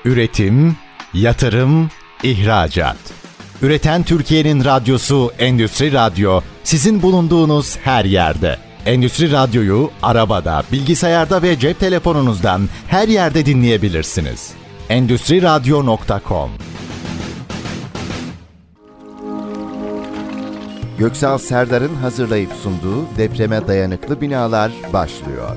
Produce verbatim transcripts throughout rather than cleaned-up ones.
Üretim, yatırım, ihracat. Üreten Türkiye'nin radyosu Endüstri Radyo, sizin bulunduğunuz her yerde. Endüstri Radyo'yu arabada, bilgisayarda ve cep telefonunuzdan her yerde dinleyebilirsiniz. endüstri radyo nokta com. Göksal Serdar'ın hazırlayıp sunduğu Depreme Dayanıklı Binalar başlıyor.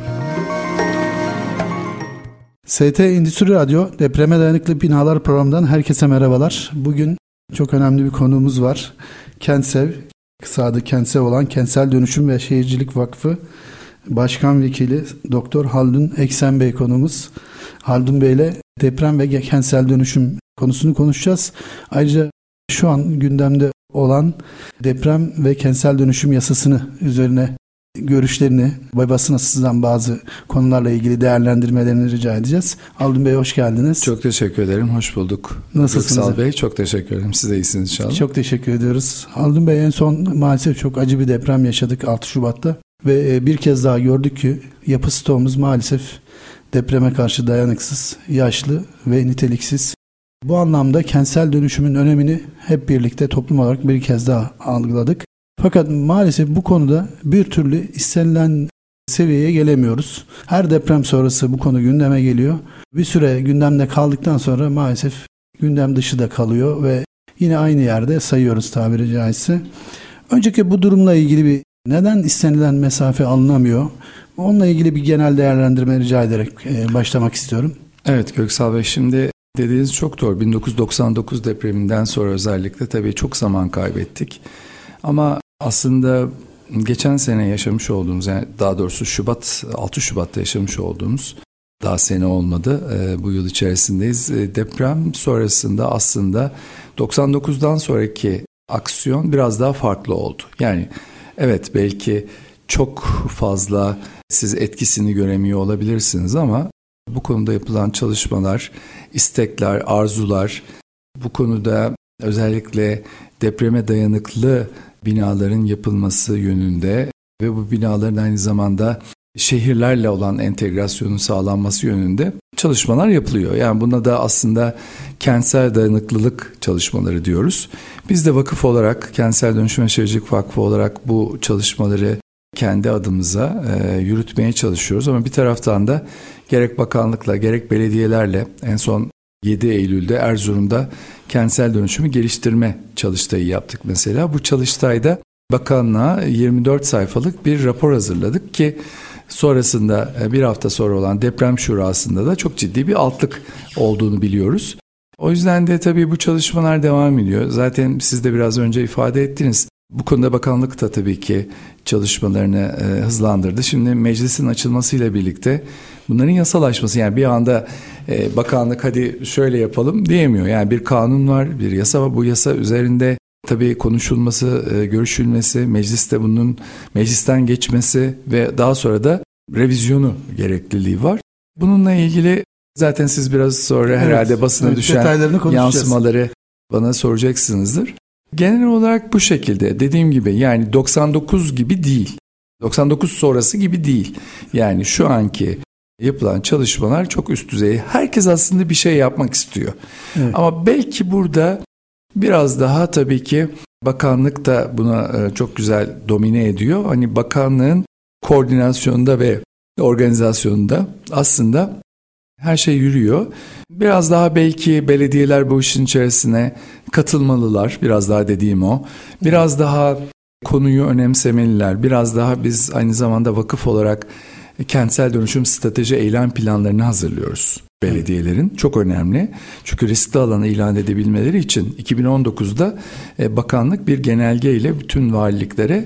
S T Endüstri Radyo Depreme Dayanıklı Binalar programından herkese merhabalar. Bugün çok önemli bir konuğumuz var. Kentsev, kısa adı Kentsev olan Kentsel Dönüşüm ve Şehircilik Vakfı Başkan Vekili Doktor Haldun Eksen Bey konuğumuz. Haldun Bey ile deprem ve kentsel dönüşüm konusunu konuşacağız. Ayrıca şu an gündemde olan deprem ve kentsel dönüşüm yasasını üzerine görüşlerini ve basına sızan bazı konularla ilgili değerlendirmelerini rica edeceğiz. Haldun Bey hoş geldiniz. Çok teşekkür ederim. Hoş bulduk. Nasılsınız? Göksal Bey çok teşekkür ederim. Siz de iyisiniz inşallah. Çok teşekkür ediyoruz. Haldun Bey en son maalesef çok acı bir deprem yaşadık altı Şubat'ta. Ve bir kez daha gördük ki yapı stoğumuz maalesef depreme karşı dayanıksız, yaşlı ve niteliksiz. Bu anlamda kentsel dönüşümün önemini hep birlikte toplum olarak bir kez daha algıladık. Fakat maalesef bu konuda bir türlü istenilen seviyeye gelemiyoruz. Her deprem sonrası bu konu gündeme geliyor. Bir süre gündemde kaldıktan sonra maalesef gündem dışı da kalıyor ve yine aynı yerde sayıyoruz tabiri caizse. Önceki bu durumla ilgili bir neden istenilen mesafe alınamıyor? Onunla ilgili bir genel değerlendirme rica ederek başlamak istiyorum. Evet Göksal Bey, şimdi dediğiniz çok doğru. bin dokuz yüz doksan dokuz depreminden sonra özellikle tabii çok zaman kaybettik. Ama aslında geçen sene yaşamış olduğumuz, yani daha doğrusu Şubat altı Şubat'ta yaşamış olduğumuz, daha sene olmadı, e, bu yıl içerisindeyiz. E, deprem sonrasında aslında doksan dokuzdan sonraki aksiyon biraz daha farklı oldu. Yani evet, belki çok fazla siz etkisini göremiyor olabilirsiniz ama bu konuda yapılan çalışmalar, istekler, arzular, bu konuda özellikle depreme dayanıklı binaların yapılması yönünde ve bu binaların aynı zamanda şehirlerle olan entegrasyonun sağlanması yönünde çalışmalar yapılıyor. Yani buna da aslında kentsel dayanıklılık çalışmaları diyoruz. Biz de vakıf olarak, Kentsel Dönüşüm ve Şehircilik Vakfı olarak bu çalışmaları kendi adımıza e, yürütmeye çalışıyoruz. Ama bir taraftan da gerek bakanlıkla gerek belediyelerle en son yedi Eylül'de Erzurum'da kentsel dönüşümü geliştirme çalıştayı yaptık mesela. Bu çalıştayda bakanlığa yirmi dört sayfalık bir rapor hazırladık ki sonrasında bir hafta sonra olan deprem şurasında da çok ciddi bir altlık olduğunu biliyoruz. O yüzden de tabii bu çalışmalar devam ediyor. Zaten siz de biraz önce ifade ettiniz. Bu konuda bakanlık da tabii ki çalışmalarını e, hızlandırdı. Şimdi meclisin açılmasıyla birlikte bunların yasalaşması, yani bir anda e, bakanlık hadi şöyle yapalım diyemiyor. Yani bir kanun var, bir yasa var. Bu yasa üzerinde tabii konuşulması, e, görüşülmesi, mecliste bunun meclisten geçmesi ve daha sonra da revizyonu gerekliliği var. Bununla ilgili zaten siz biraz sonra evet, herhalde basına evet, düşen yansımaları bana soracaksınızdır. Genel olarak bu şekilde, dediğim gibi, yani doksan dokuz gibi değil. doksan dokuz sonrası gibi değil. Yani şu anki yapılan çalışmalar çok üst düzey. Herkes aslında bir şey yapmak istiyor. Evet. Ama belki burada biraz daha tabii ki bakanlık da buna çok güzel domine ediyor. Hani bakanlığın koordinasyonunda ve organizasyonunda aslında her şey yürüyor. Biraz daha belki belediyeler bu işin içerisine katılmalılar. Biraz daha dediğim o. Biraz daha konuyu önemsemeliler. Biraz daha biz aynı zamanda vakıf olarak kentsel dönüşüm strateji eylem planlarını hazırlıyoruz belediyelerin. Çok önemli. Çünkü riskli alanı ilan edebilmeleri için iki bin on dokuzda bakanlık bir genelge ile bütün valiliklere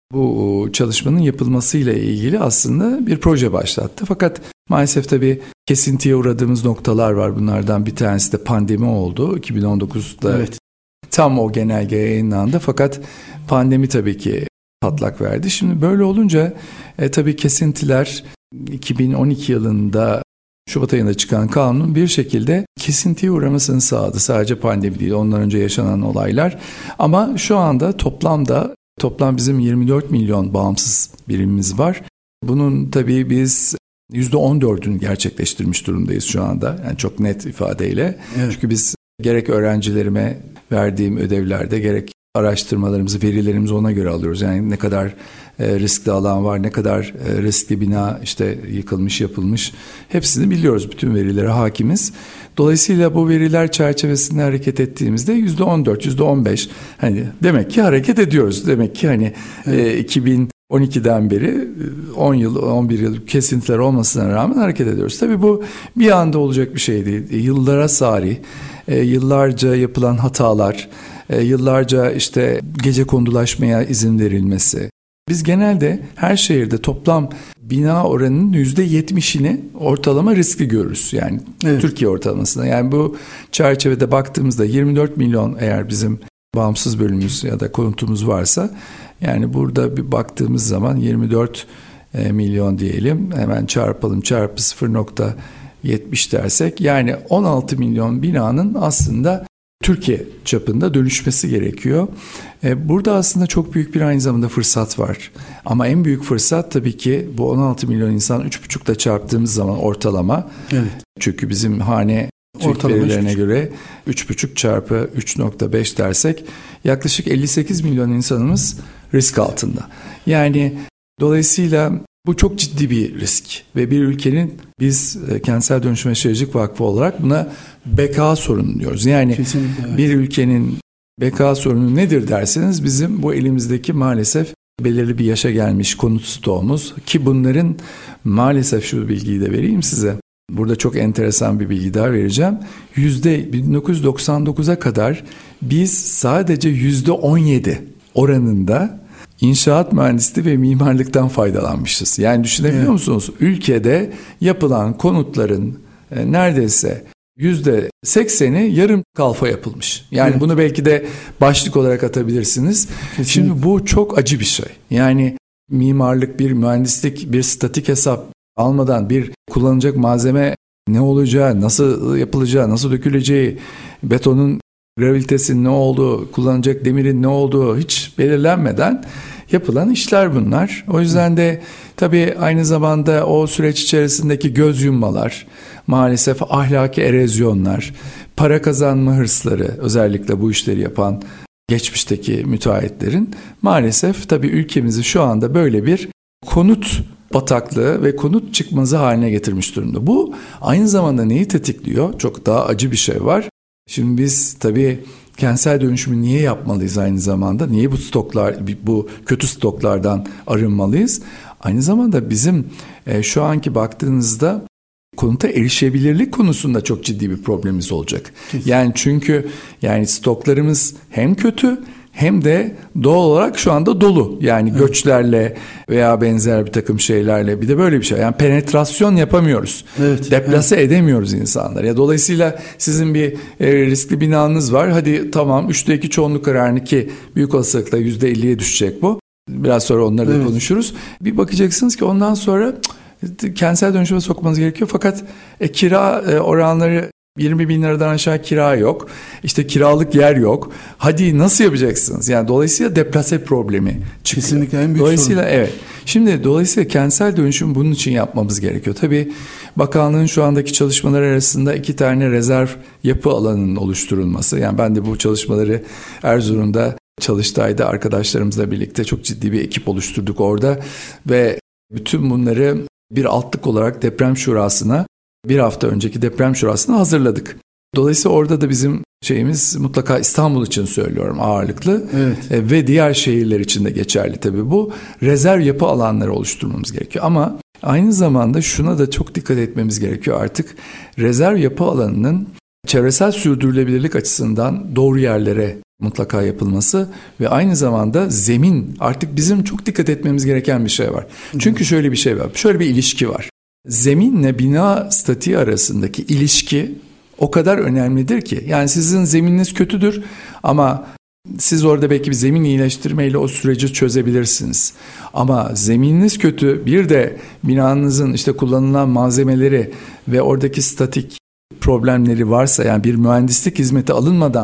bu çalışmanın yapılmasıyla ilgili aslında bir proje başlattı. Fakat maalesef tabii kesintiye uğradığımız noktalar var. Bunlardan bir tanesi de pandemi oldu. iki bin on dokuzda evet, tam o genelge yayınlandı. Fakat pandemi tabii ki patlak verdi. Şimdi böyle olunca e, tabii kesintiler iki bin on iki yılında Şubat ayında çıkan kanun bir şekilde kesintiye uğramasını sağladı. Sadece pandemi değil, ondan önce yaşanan olaylar. Ama şu anda toplamda Toplam bizim yirmi dört milyon bağımsız birimimiz var. Bunun tabii biz yüzde on dördünü gerçekleştirmiş durumdayız şu anda. Yani çok net ifadeyle. Evet. Çünkü biz gerek öğrencilerime verdiğim ödevlerde gerek araştırmalarımızı, verilerimizi ona göre alıyoruz. Yani ne kadar e, riskli alan var, ne kadar e, riskli bina işte yıkılmış, yapılmış, hepsini biliyoruz. Bütün verilere hakimiz. Dolayısıyla bu veriler çerçevesinde hareket ettiğimizde yüzde on dört, yüzde on beş hani demek ki hareket ediyoruz. Demek ki hani evet. e, iki bin on ikiden beri on yıl, on bir yıl kesintiler olmasına rağmen hareket ediyoruz. Tabii bu bir anda olacak bir şey değil. Yıllara sari, e, yıllarca yapılan hatalar, e, yıllarca işte gecekondulaşmaya izin verilmesi. Biz genelde her şehirde toplam bina oranının yüzde yetmişini ortalama riskli görürüz. Yani evet. Türkiye ortalamasına. Yani bu çerçevede baktığımızda yirmi dört milyon eğer bizim bağımsız bölümümüz ya da konutumuz varsa, yani burada bir baktığımız zaman yirmi dört milyon diyelim, hemen çarpalım, çarpı sıfır nokta yetmiş dersek, yani on altı milyon binanın aslında Türkiye çapında dönüşmesi gerekiyor. Burada aslında çok büyük bir aynı zamanda fırsat var. Ama en büyük fırsat tabii ki bu on altı milyon insan üç buçukla çarptığımız zaman ortalama. Evet. Çünkü bizim hane TÜİK verilerine göre üç buçuk çarpı üç nokta beş dersek yaklaşık elli sekiz milyon insanımız risk altında. Yani dolayısıyla bu çok ciddi bir risk ve bir ülkenin, biz Kentsel Dönüşüm ve Şehircilik Vakfı olarak buna B K sorunu diyoruz. Yani evet. Bir ülkenin B K sorunu nedir derseniz, bizim bu elimizdeki maalesef belirli bir yaşa gelmiş konut stoğumuz, ki bunların maalesef şu bilgiyi de vereyim size. Burada çok enteresan bir bilgi daha vereceğim. Yüzde bin dokuz yüz doksan dokuza kadar biz sadece yüzde on yedi oranında İnşaat mühendisliği ve mimarlıktan faydalanmışız. Yani düşünebiliyor evet. musunuz? Ülkede yapılan konutların e, neredeyse yüzde sekseni yarım kalfa yapılmış. Yani evet. bunu belki de başlık olarak atabilirsiniz. Kesinlikle. Şimdi bu çok acı bir şey. Yani mimarlık, bir mühendislik, bir statik hesap almadan bir kullanılacak malzeme ne olacağı, nasıl yapılacağı, nasıl döküleceği, betonun gravitesinin ne olduğu, kullanılacak demirin ne olduğu hiç belirlenmeden yapılan işler bunlar. O yüzden de tabii aynı zamanda o süreç içerisindeki göz yummalar, maalesef ahlaki erozyonlar, para kazanma hırsları, özellikle bu işleri yapan geçmişteki müteahhitlerin maalesef tabii ülkemizi şu anda böyle bir konut bataklığı ve konut çıkmazı haline getirmiş durumda. Bu aynı zamanda neyi tetikliyor? Çok daha acı bir şey var. Şimdi biz tabii kentsel dönüşümü niye yapmalıyız aynı zamanda? Niye bu stoklar, bu kötü stoklardan arınmalıyız? Aynı zamanda bizim e, şu anki baktığınızda konuta erişebilirlik konusunda çok ciddi bir problemimiz olacak. Kesin. Yani çünkü yani stoklarımız hem kötü hem de doğal olarak şu anda dolu. Yani evet. göçlerle veya benzer bir takım şeylerle, bir de böyle bir şey. Yani penetrasyon yapamıyoruz. Evet. Deplase evet. edemiyoruz insanları. Ya dolayısıyla sizin bir e, riskli binanız var. Hadi tamam, üçte iki çoğunluk kararını, ki büyük olasılıkla yüzde elliye düşecek bu. Biraz sonra onları evet. da konuşuruz. Bir bakacaksınız ki ondan sonra cık, kentsel dönüşüme sokmanız gerekiyor. Fakat e, kira e, oranları yirmi bin liradan aşağı kira yok. İşte kiralık yer yok. Hadi nasıl yapacaksınız? Yani dolayısıyla deplase problemi çıkıyor. Kesinlikle en büyük dolayısıyla sorun. Evet. Şimdi dolayısıyla kentsel dönüşüm bunun için yapmamız gerekiyor. Tabii bakanlığın şu andaki çalışmaları arasında iki tane rezerv yapı alanının oluşturulması. Yani ben de bu çalışmaları Erzurum'da, Çalıştay'da arkadaşlarımızla birlikte çok ciddi bir ekip oluşturduk orada ve bütün bunları bir altlık olarak deprem şurasına, bir hafta önceki deprem şurasına hazırladık. Dolayısıyla orada da bizim şeyimiz, mutlaka İstanbul için söylüyorum, ağırlıklı evet. e, ve diğer şehirler için de geçerli tabii bu. Rezerv yapı alanları oluşturmamız gerekiyor ama aynı zamanda şuna da çok dikkat etmemiz gerekiyor artık. Rezerv yapı alanının çevresel sürdürülebilirlik açısından doğru yerlere mutlaka yapılması ve aynı zamanda zemin, artık bizim çok dikkat etmemiz gereken bir şey var. Çünkü şöyle bir şey var, şöyle bir ilişki var. Zeminle bina statiği arasındaki ilişki o kadar önemlidir ki. Yani sizin zemininiz kötüdür ama siz orada belki bir zemin iyileştirmeyle o süreci çözebilirsiniz. Ama zemininiz kötü, bir de binanızın işte kullanılan malzemeleri ve oradaki statik problemleri varsa, yani bir mühendislik hizmeti alınmadan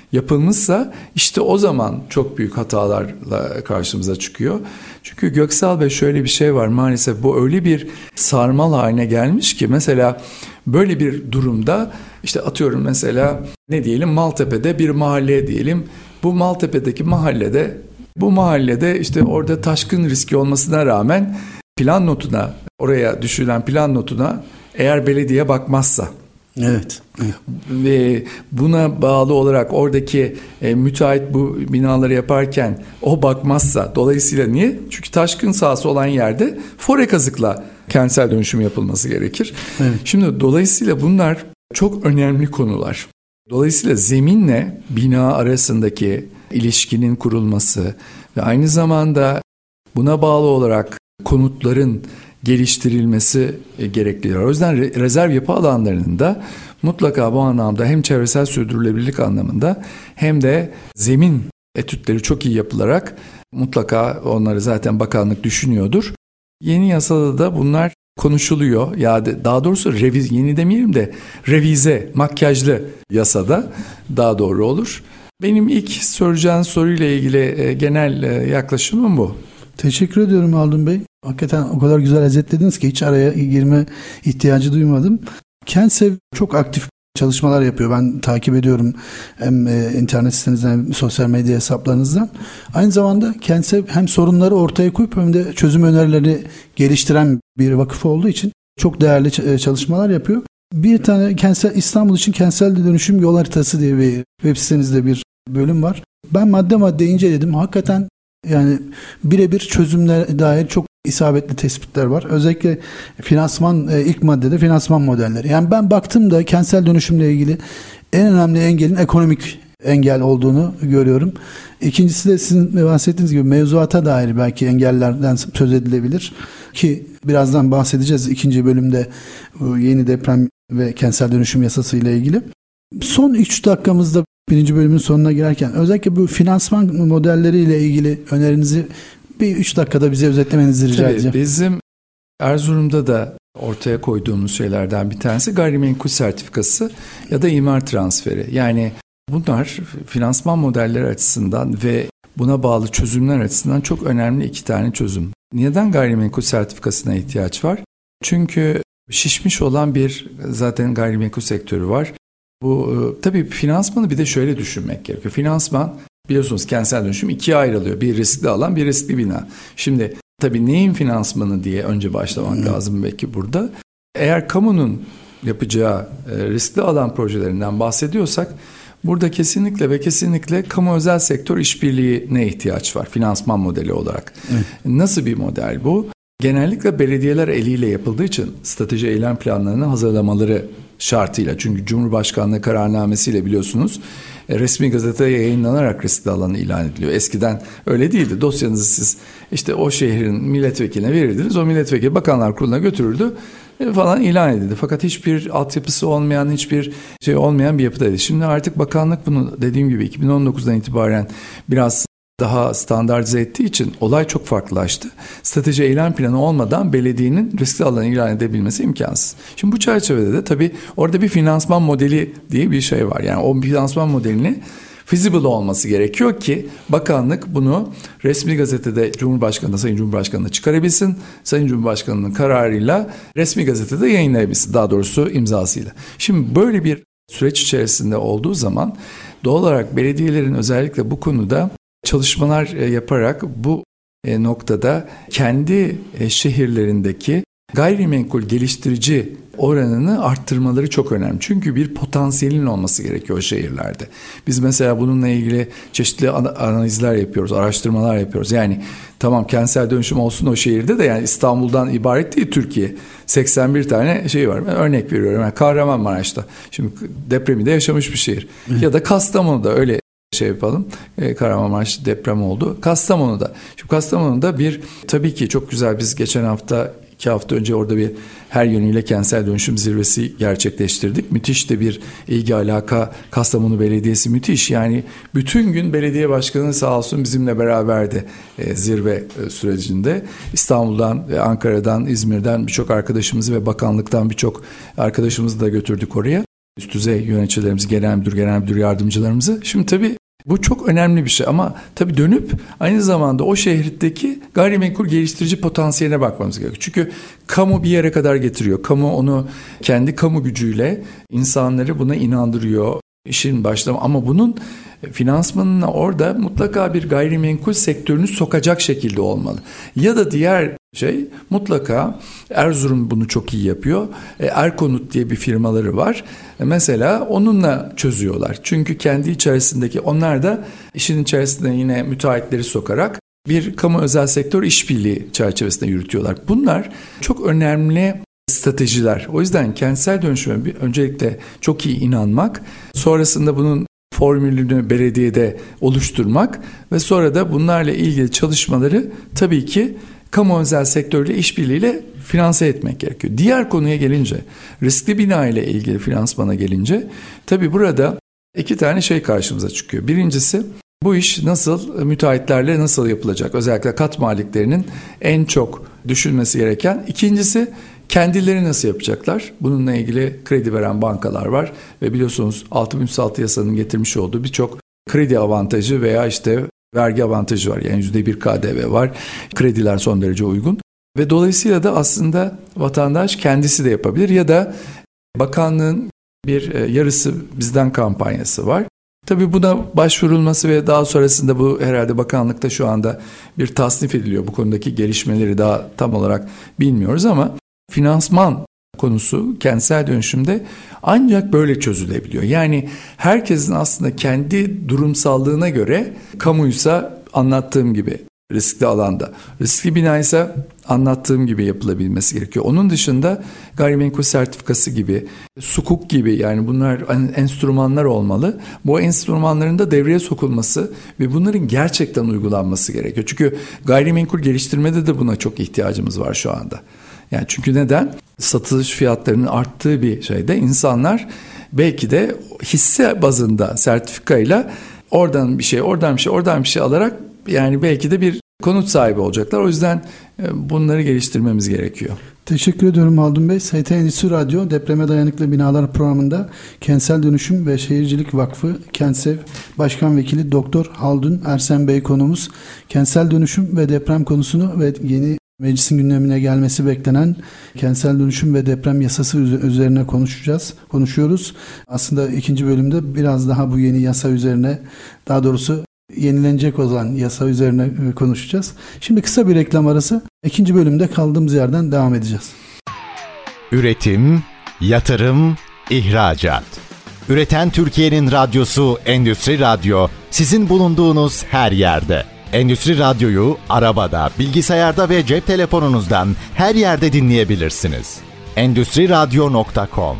yapılmışsa işte o zaman çok büyük hatalarla karşımıza çıkıyor. Çünkü Göksal Bey, şöyle bir şey var maalesef, bu öyle bir sarmal haline gelmiş ki mesela böyle bir durumda işte atıyorum mesela ne diyelim, Maltepe'de bir mahalle diyelim. Bu Maltepe'deki mahallede bu mahallede işte orada taşkın riski olmasına rağmen plan notuna, oraya düşülen plan notuna eğer belediye bakmazsa, evet, evet. ve buna bağlı olarak oradaki e, müteahhit bu binaları yaparken o bakmazsa, dolayısıyla niye? Çünkü taşkın sahası olan yerde fore kazıkla kentsel dönüşüm yapılması gerekir. Evet. Şimdi dolayısıyla bunlar çok önemli konular. Dolayısıyla zeminle bina arasındaki ilişkinin kurulması ve aynı zamanda buna bağlı olarak konutların geliştirilmesi gereklidir. O yüzden rezerv yapı alanlarının da mutlaka bu anlamda hem çevresel sürdürülebilirlik anlamında hem de zemin etütleri çok iyi yapılarak, mutlaka onları zaten bakanlık düşünüyordur. Yeni yasada da bunlar konuşuluyor. Ya daha doğrusu reviz, yeni demeyelim de revize, makyajlı yasada daha doğru olur. Benim ilk soracağın soruyla ilgili genel yaklaşımım bu. Teşekkür ediyorum Haldun Bey. Hakikaten o kadar güzel özetlediniz ki hiç araya girme ihtiyacı duymadım. Kentsev çok aktif çalışmalar yapıyor. Ben takip ediyorum hem internet sitenizden hem sosyal medya hesaplarınızdan. Aynı zamanda Kentsev hem sorunları ortaya koyup hem de çözüm önerileri geliştiren bir vakıf olduğu için çok değerli çalışmalar yapıyor. Bir tane kentsel, İstanbul için kentsel dönüşüm yol haritası diye bir web sitenizde bir bölüm var. Ben madde madde inceledim. Hakikaten yani birebir çözümlere dair çok isabetli tespitler var. Özellikle finansman, ilk maddede finansman modelleri. Yani ben baktığımda kentsel dönüşümle ilgili en önemli engelin ekonomik engel olduğunu görüyorum. İkincisi de sizin bahsettiğiniz gibi mevzuata dair belki engellerden söz edilebilir. Ki birazdan bahsedeceğiz ikinci bölümde bu yeni deprem ve kentsel dönüşüm yasası ile ilgili. Son üç dakikamızda birinci bölümün sonuna girerken özellikle bu finansman modelleriyle ilgili önerinizi bir üç dakikada bize özetlemenizi rica Tabii, edeceğim. Bizim Erzurum'da da ortaya koyduğumuz şeylerden bir tanesi gayrimenkul sertifikası ya da imar transferi. Yani bunlar finansman modelleri açısından ve buna bağlı çözümler açısından çok önemli iki tane çözüm. Neden gayrimenkul sertifikasına ihtiyaç var? Çünkü şişmiş olan bir zaten gayrimenkul sektörü var. Bu tabii finansmanı bir de şöyle düşünmek gerekiyor. Finansman, biliyorsunuz kentsel dönüşüm ikiye ayrılıyor. Bir riskli alan, bir riskli bina. Şimdi tabii neyin finansmanı diye önce başlamak hmm. lazım belki burada. Eğer kamunun yapacağı riskli alan projelerinden bahsediyorsak, burada kesinlikle ve kesinlikle kamu özel sektör işbirliğine ihtiyaç var finansman modeli olarak. Hmm. Nasıl bir model bu? Genellikle belediyeler eliyle yapıldığı için strateji eylem planlarını hazırlamaları şartıyla. Çünkü Cumhurbaşkanlığı kararnamesiyle biliyorsunuz resmi gazeteye yayınlanarak riskli alanı ilan ediliyor. Eskiden öyle değildi. Dosyanızı siz işte o şehrin milletvekiline verirdiniz. O milletvekili Bakanlar Kurulu'na götürürdü falan, ilan edildi. Fakat hiçbir altyapısı olmayan, hiçbir şey olmayan bir yapıdaydı. Şimdi artık bakanlık bunu dediğim gibi iki bin on dokuzdan itibaren biraz daha standartize ettiği için olay çok farklılaştı. Strateji eylem planı olmadan belediyenin riskli alanı ilan edebilmesi imkansız. Şimdi bu çerçevede de tabii orada bir finansman modeli diye bir şey var. Yani o finansman modelini feasible olması gerekiyor ki bakanlık bunu resmi gazetede Cumhurbaşkanı, Sayın Cumhurbaşkanı'na çıkarabilsin. Sayın Cumhurbaşkanı'nın kararıyla resmi gazetede yayınlayabilsin. Daha doğrusu imzasıyla. Şimdi böyle bir süreç içerisinde olduğu zaman doğal olarak belediyelerin özellikle bu konuda çalışmalar yaparak bu noktada kendi şehirlerindeki gayrimenkul geliştirici oranını arttırmaları çok önemli. Çünkü bir potansiyelin olması gerekiyor o şehirlerde. Biz mesela bununla ilgili çeşitli analizler yapıyoruz, araştırmalar yapıyoruz. Yani tamam kentsel dönüşüm olsun o şehirde de, yani İstanbul'dan ibaret değil Türkiye. seksen bir tane şey var. Ben örnek veriyorum. Yani Kahramanmaraş'ta. Şimdi depremi de yaşamış bir şehir. Hı. Ya da Kastamonu'da öyle şey yapalım. Ee, Kahramanmaraş deprem oldu. Kastamonu'da. Şimdi Kastamonu'da bir tabii ki çok güzel, biz geçen hafta iki hafta önce orada bir her yönüyle kentsel dönüşüm zirvesi gerçekleştirdik. Müthiş de bir ilgi alaka. Kastamonu Belediyesi müthiş. Yani bütün gün belediye başkanı sağ olsun bizimle beraberdi e, zirve e, sürecinde. İstanbul'dan, e, Ankara'dan, İzmir'den birçok arkadaşımızı ve bakanlıktan birçok arkadaşımızı da götürdük oraya. üst düzey yöneticilerimizi, genel müdür, genel müdür yardımcılarımızı. Şimdi tabii bu çok önemli bir şey ama tabii dönüp aynı zamanda o şehirdeki gayrimenkul geliştirici potansiyeline bakmamız gerekiyor. Çünkü kamu bir yere kadar getiriyor. Kamu onu kendi kamu gücüyle insanları buna inandırıyor. İşin başlama ama bunun finansmanına orada mutlaka bir gayrimenkul sektörünü sokacak şekilde olmalı. Ya da diğer şey mutlaka Erzurum bunu çok iyi yapıyor. Erkonut diye bir firmaları var. Mesela onunla çözüyorlar. Çünkü kendi içerisindeki onlar da işin içerisinde yine müteahhitleri sokarak bir kamu özel sektör işbirliği çerçevesinde yürütüyorlar. Bunlar çok önemli stratejiler. O yüzden kentsel dönüşüme bir, öncelikle çok iyi inanmak, sonrasında bunun formülünü belediyede oluşturmak ve sonra da bunlarla ilgili çalışmaları tabii ki kamu özel sektörle işbirliğiyle finanse etmek gerekiyor. Diğer konuya gelince, riskli bina ile ilgili finansmana gelince tabii burada iki tane şey karşımıza çıkıyor. Birincisi bu iş nasıl, müteahhitlerle nasıl yapılacak? Özellikle kat maliklerinin en çok düşünmesi gereken. İkincisi kendileri nasıl yapacaklar? Bununla ilgili kredi veren bankalar var ve biliyorsunuz altı bin üç yüz altı yasanın getirmiş olduğu birçok kredi avantajı veya işte vergi avantajı var. Yani yüzde bir K D V var. Krediler son derece uygun ve dolayısıyla da aslında vatandaş kendisi de yapabilir ya da bakanlığın bir yarısı bizden kampanyası var. Tabii buna başvurulması ve daha sonrasında bu herhalde bakanlıkta şu anda bir tasnif ediliyor. Bu konudaki gelişmeleri daha tam olarak bilmiyoruz ama finansman konusu kentsel dönüşümde ancak böyle çözülebiliyor. Yani herkesin aslında kendi durumsallığına göre kamuysa anlattığım gibi riskli alanda, riskli binaysa anlattığım gibi yapılabilmesi gerekiyor. Onun dışında gayrimenkul sertifikası gibi, sukuk gibi yani bunlar enstrümanlar olmalı. Bu enstrümanların da devreye sokulması ve bunların gerçekten uygulanması gerekiyor. Çünkü gayrimenkul geliştirmede de buna çok ihtiyacımız var şu anda. Yani çünkü neden? Satış fiyatlarının arttığı bir şeyde insanlar belki de hisse bazında sertifikayla oradan bir şey, oradan bir şey, oradan bir şey alarak yani belki de bir konut sahibi olacaklar. O yüzden bunları geliştirmemiz gerekiyor. Teşekkür ediyorum Haldun Bey. S T Endüstri Radyo Depreme Dayanıklı Binalar programında Kentsel Dönüşüm ve Şehircilik Vakfı Kentsev Başkan Vekili Doktor Haldun Ersen Bey konuğumuz. Kentsel dönüşüm ve deprem konusunu ve yeni meclisin gündemine gelmesi beklenen kentsel dönüşüm ve deprem yasası üzerine konuşacağız, konuşuyoruz. Aslında ikinci bölümde biraz daha bu yeni yasa üzerine, daha doğrusu yenilenecek olan yasa üzerine konuşacağız. Şimdi kısa bir reklam arası. İkinci bölümde kaldığımız yerden devam edeceğiz. Üretim, yatırım, ihracat. Üreten Türkiye'nin radyosu Endüstri Radyo, sizin bulunduğunuz her yerde. Endüstri Radyo'yu arabada, bilgisayarda ve cep telefonunuzdan her yerde dinleyebilirsiniz. endüstri radyo nokta com.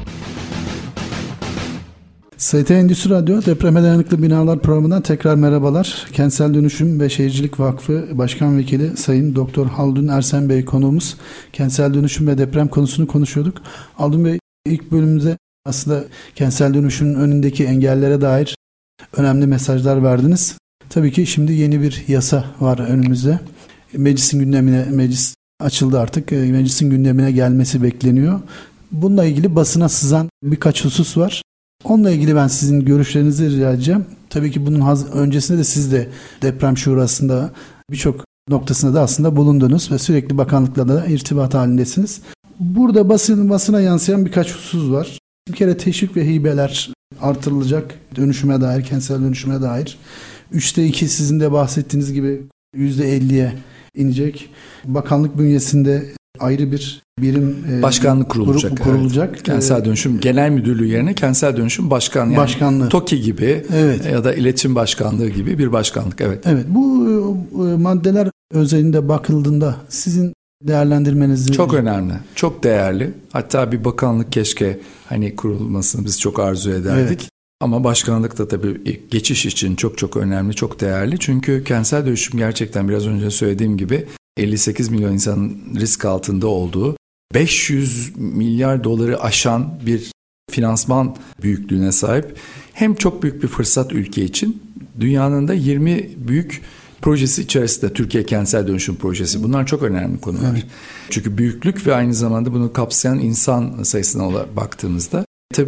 S T Endüstri Radyo Depreme Dayanıklı Binalar programından tekrar merhabalar. Kentsel Dönüşüm ve Şehircilik Vakfı Başkan Vekili Sayın Doktor Haldun Ersen Bey konuğumuz. Kentsel dönüşüm ve deprem konusunu konuşuyorduk. Haldun Bey, ilk bölümümüzde aslında kentsel dönüşümün önündeki engellere dair önemli mesajlar verdiniz. Tabii ki şimdi yeni bir yasa var önümüzde. Meclisin gündemine, meclis açıldı artık. Meclisin gündemine gelmesi bekleniyor. Bununla ilgili basına sızan birkaç husus var. Onunla ilgili ben sizin görüşlerinizi rica edeceğim. Tabii ki bunun haz- öncesinde de siz de deprem şurasında birçok noktasında da aslında bulundunuz ve sürekli bakanlıkla da irtibat halindesiniz. Burada basın basına yansıyan birkaç husus var. Bir kere teşvik ve hibeler artırılacak dönüşüme dair, kentsel dönüşüme dair. Üçte iki sizin de bahsettiğiniz gibi yüzde elliye inecek. Bakanlık bünyesinde ayrı bir birim başkanlık kurulacak. Kur, kurulacak. Evet. Kentsel dönüşüm genel müdürlüğü yerine kentsel dönüşüm başkan yani başkanlığı. TOKİ gibi evet. Ya da iletişim başkanlığı gibi bir başkanlık. Evet. Evet. Bu maddeler özelinde bakıldığında sizin değerlendirmenizi çok önemli. Çok değerli. Hatta bir bakanlık keşke hani kurulmasını biz çok arzu ederdik. Evet. Ama başkanlık da tabii geçiş için çok çok önemli, çok değerli. Çünkü kentsel dönüşüm gerçekten biraz önce söylediğim gibi elli sekiz milyon insanın risk altında olduğu, beş yüz milyar doları aşan bir finansman büyüklüğüne sahip. Hem çok büyük bir fırsat ülke için, dünyanın da yirmi büyük projesi içerisinde Türkiye Kentsel Dönüşüm Projesi. Bunlar çok önemli konular. Evet. Çünkü büyüklük ve aynı zamanda bunu kapsayan insan sayısına baktığımızda tabii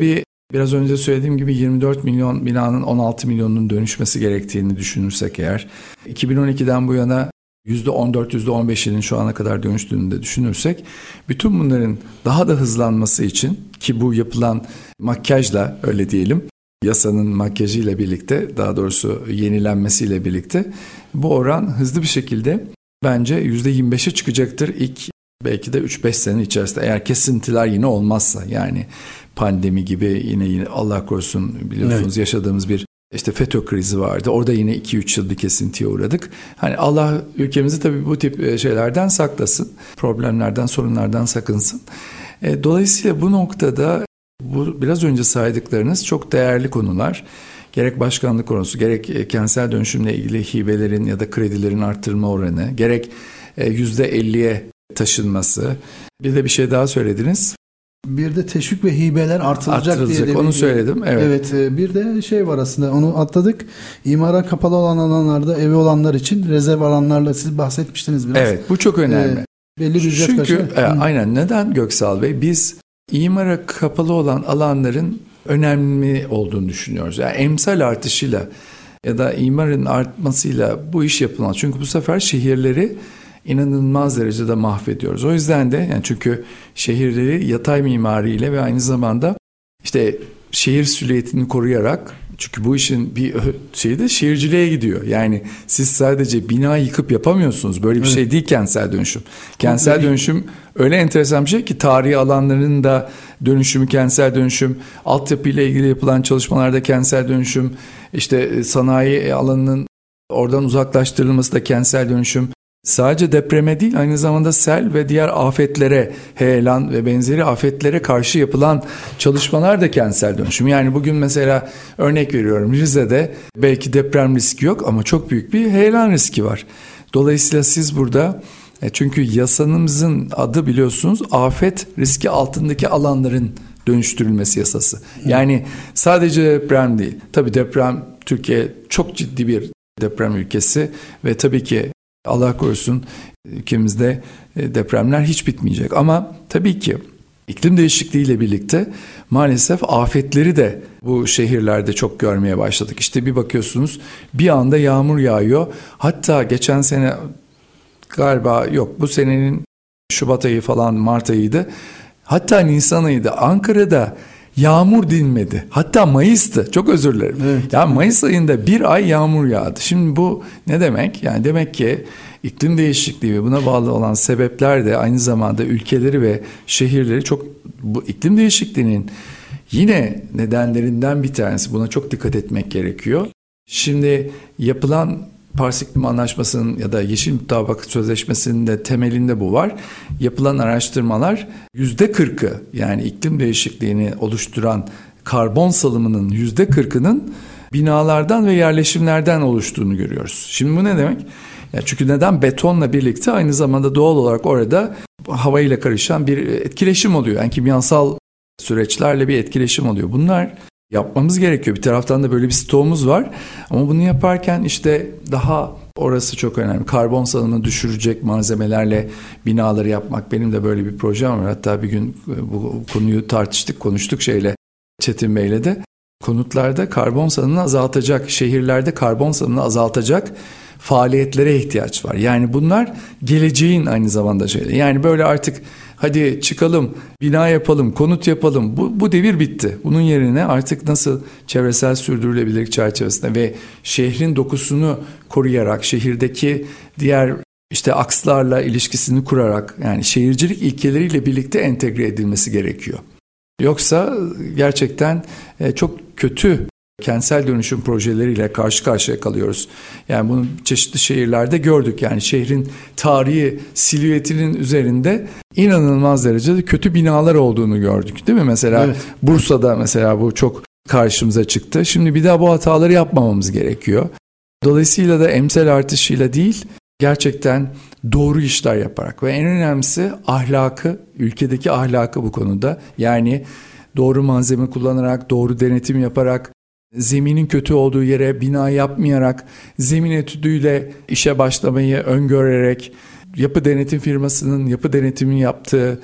biraz önce söylediğim gibi yirmi dört milyon binanın on altı milyonunun dönüşmesi gerektiğini düşünürsek eğer, iki bin on ikiden bu yana yüzde on dört yüzde on beşinin şu ana kadar dönüştüğünü de düşünürsek, bütün bunların daha da hızlanması için, ki bu yapılan makyajla, öyle diyelim, yasanın makyajıyla birlikte, daha doğrusu yenilenmesiyle birlikte bu oran hızlı bir şekilde bence yüzde yirmi beşe çıkacaktır ilk belki de üç beş sene içerisinde, eğer kesintiler yine olmazsa. Yani pandemi gibi yine yine Allah korusun, biliyorsunuz evet, yaşadığımız bir işte FETÖ krizi vardı. Orada yine iki üç yıl bir kesintiye uğradık. Hani Allah ülkemizi tabii bu tip şeylerden saklasın. Problemlerden, sorunlardan sakınsın. Dolayısıyla bu noktada bu biraz önce saydıklarınız çok değerli konular. Gerek başkanlık konusu, gerek kentsel dönüşümle ilgili hibelerin ya da kredilerin arttırma oranı, gerek yüzde elliye taşınması. Bir de bir şey daha söylediniz. Bir de teşvik ve hibeler artırılacak, artırılacak diye. Onu söyledim. Evet. Evet. Bir de şey var aslında, onu atladık. İmara kapalı olan alanlarda evi olanlar için rezerv alanlarla siz bahsetmiştiniz biraz. Evet, bu çok önemli. Ee, belli bir ücret Çünkü karşı. e, aynen, neden Göksal Bey? Biz imara kapalı olan alanların önemli olduğunu düşünüyoruz. Yani emsal artışıyla ya da imarın artmasıyla bu iş yapılmaz. Çünkü bu sefer şehirleri inanılmaz derecede mahvediyoruz. O yüzden de, yani çünkü şehirleri yatay mimariyle ve aynı zamanda işte şehir silüetini koruyarak, çünkü bu işin bir şeyi de şehirciliğe gidiyor. Yani siz sadece bina yıkıp yapamıyorsunuz. Böyle bir evet, şey değil kentsel dönüşüm. Kentsel evet, dönüşüm öyle enteresan bir şey ki, tarihi alanların da dönüşümü kentsel dönüşüm, altyapıyla ilgili yapılan çalışmalarda kentsel dönüşüm, işte sanayi alanının oradan uzaklaştırılması da kentsel dönüşüm. Sadece depreme değil, aynı zamanda sel ve diğer afetlere, heyelan ve benzeri afetlere karşı yapılan çalışmalar da kentsel dönüşüm. Yani bugün mesela örnek veriyorum, Rize'de belki deprem riski yok ama çok büyük bir heyelan riski var. Dolayısıyla siz burada, çünkü yasamızın adı biliyorsunuz afet riski altındaki alanların dönüştürülmesi yasası. Yani sadece deprem değil. Tabii deprem, Türkiye çok ciddi bir deprem ülkesi ve tabii ki Allah korusun ülkemizde depremler hiç bitmeyecek. Ama tabii ki iklim değişikliğiyle birlikte maalesef afetleri de bu şehirlerde çok görmeye başladık. İşte bir bakıyorsunuz, bir anda yağmur yağıyor. Hatta geçen sene galiba, yok bu senenin Şubat ayı falan, Mart ayıydı. Hatta Nisan ayıydı. Ankara'da yağmur dinmedi. Hatta Mayıs'tı. Çok özür dilerim. Evet. Yani Mayıs ayında bir ay yağmur yağdı. Şimdi bu ne demek? Yani demek ki iklim değişikliği ve buna bağlı olan sebepler de aynı zamanda ülkeleri ve şehirleri çok, bu iklim değişikliğinin yine nedenlerinden bir tanesi. Buna çok dikkat etmek gerekiyor. Şimdi yapılan Paris İklim Anlaşması'nın ya da Yeşil Mutabakat Sözleşmesi'nin de temelinde bu var. Yapılan araştırmalar yüzde kırkı, yani iklim değişikliğini oluşturan karbon salımının yüzde kırkının binalardan ve yerleşimlerden oluştuğunu görüyoruz. Şimdi bu ne demek? Ya çünkü neden? Betonla birlikte aynı zamanda doğal olarak orada havayla karışan bir etkileşim oluyor. Yani kimyasal süreçlerle bir etkileşim oluyor. Bunlar yapmamız gerekiyor. Bir taraftan da böyle bir stoğumuz var. Ama bunu yaparken işte daha, orası çok önemli, karbon salımını düşürecek malzemelerle binaları yapmak. Benim de böyle bir projem var. Hatta bir gün bu konuyu tartıştık, konuştuk şeyle, Çetin Bey'le de. Konutlarda karbon salımını azaltacak, şehirlerde karbon salımını azaltacak faaliyetlere ihtiyaç var. Yani bunlar geleceğin aynı zamanda şeyleri. Yani böyle artık hadi çıkalım, bina yapalım, konut yapalım. Bu, bu devir bitti. Bunun yerine artık nasıl çevresel sürdürülebilirlik çerçevesinde ve şehrin dokusunu koruyarak, şehirdeki diğer işte akslarla ilişkisini kurarak, yani şehircilik ilkeleriyle birlikte entegre edilmesi gerekiyor. Yoksa gerçekten çok kötü kentsel dönüşüm projeleriyle karşı karşıya kalıyoruz. Yani bunu çeşitli şehirlerde gördük. Yani şehrin tarihi silüetinin üzerinde inanılmaz derecede kötü binalar olduğunu gördük, değil mi? Mesela evet, Bursa'da mesela bu çok karşımıza çıktı. Şimdi bir daha bu hataları yapmamamız gerekiyor. Dolayısıyla da emsal artışıyla değil, gerçekten doğru işler yaparak ve en önemlisi ahlakı, ülkedeki ahlakı bu konuda. Yani doğru malzeme kullanarak, doğru denetim yaparak, zeminin kötü olduğu yere bina yapmayarak, zemin etüdüyle işe başlamayı öngörerek, yapı denetim firmasının yapı denetimini yaptığı